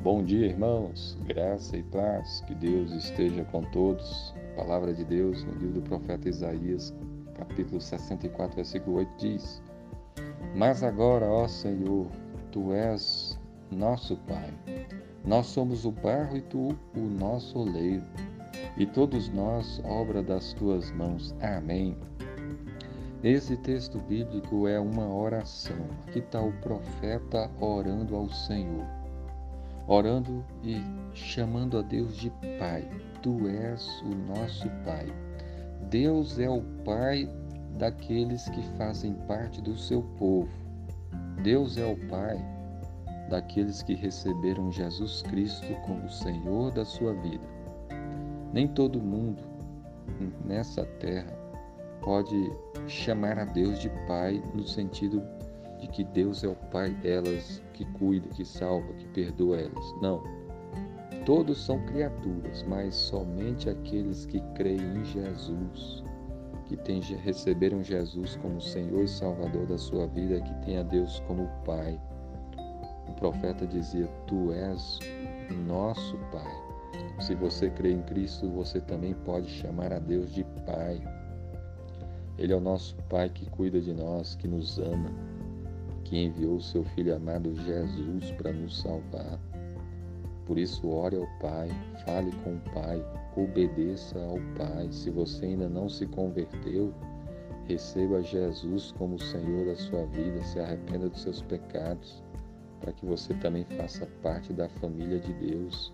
Bom dia, irmãos, graça e paz, que Deus esteja com todos. A palavra de Deus no livro do profeta Isaías, capítulo 64, versículo 8 diz: Mas agora, ó Senhor, Tu és nosso Pai. Nós somos o barro e Tu o nosso oleiro, e todos nós obra das Tuas mãos. Amém. Esse texto bíblico é uma oração. Aqui está o profeta orando ao Senhor, orando e chamando a Deus de Pai. Tu és o nosso Pai. Deus é o Pai daqueles que fazem parte do seu povo. Deus é o Pai daqueles que receberam Jesus Cristo como Senhor da sua vida. Nem todo mundo nessa terra pode chamar a Deus de Pai no sentido de que Deus é o Pai delas, que cuida, que salva, que perdoa elas. Não. Todos são criaturas, mas somente aqueles que creem em Jesus, que receberam Jesus como Senhor e Salvador da sua vida, que tem a Deus como Pai. O profeta dizia: Tu és nosso Pai. Se você crê em Cristo, você também pode chamar a Deus de Pai. Ele é o nosso Pai que cuida de nós, que nos ama, que enviou o seu Filho amado Jesus para nos salvar. Por isso, ore ao Pai, fale com o Pai, obedeça ao Pai. Se você ainda não se converteu, receba Jesus como Senhor da sua vida, se arrependa dos seus pecados, para que você também faça parte da família de Deus.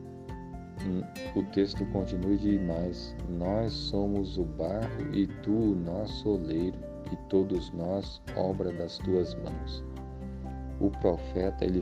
O texto continua e diz mais: Nós somos o barro e tu o nosso oleiro, e todos nós obra das tuas mãos. O profeta ele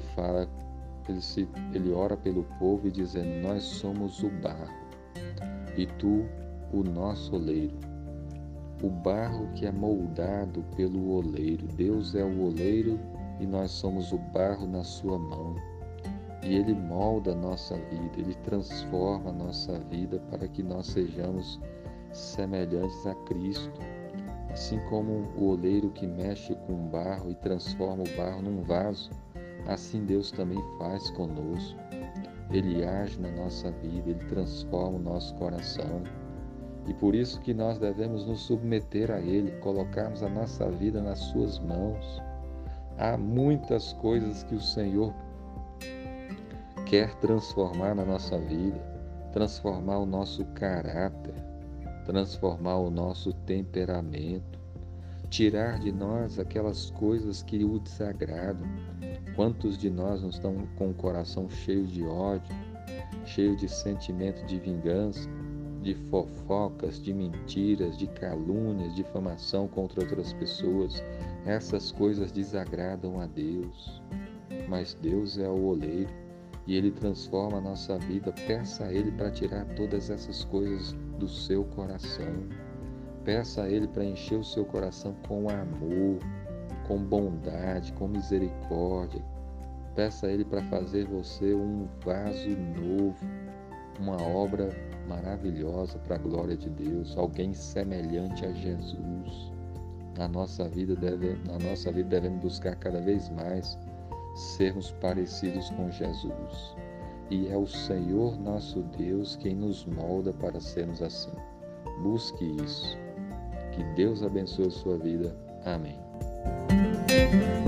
ora pelo povo e dizendo: Nós somos o barro e tu o nosso oleiro. O barro que é moldado pelo oleiro. Deus é o oleiro e nós somos o barro na sua mão. E Ele molda a nossa vida, Ele transforma a nossa vida para que nós sejamos semelhantes a Cristo. Assim como o oleiro que mexe com o barro e transforma o barro num vaso, assim Deus também faz conosco. Ele age na nossa vida, Ele transforma o nosso coração. E por isso que nós devemos nos submeter a Ele, colocarmos a nossa vida nas Suas mãos. Há muitas coisas que o Senhor quer transformar na nossa vida, transformar o nosso caráter, transformar o nosso temperamento, tirar de nós aquelas coisas que o desagradam. Quantos de nós não estão com o coração cheio de ódio, cheio de sentimento de vingança, de fofocas, de mentiras, de calúnias, difamação contra outras pessoas? Essas coisas desagradam a Deus, mas Deus é o oleiro e Ele transforma a nossa vida. Peça a Ele para tirar todas essas coisas do seu coração. Peça a Ele para encher o seu coração com amor, com bondade, com misericórdia. Peça a Ele para fazer você um vaso novo, uma obra maravilhosa para a glória de Deus, alguém semelhante a Jesus. Na nossa vida devemos buscar cada vez mais sermos parecidos com Jesus. E é o Senhor nosso Deus quem nos molda para sermos assim. Busque isso. Que Deus abençoe a sua vida. Amém.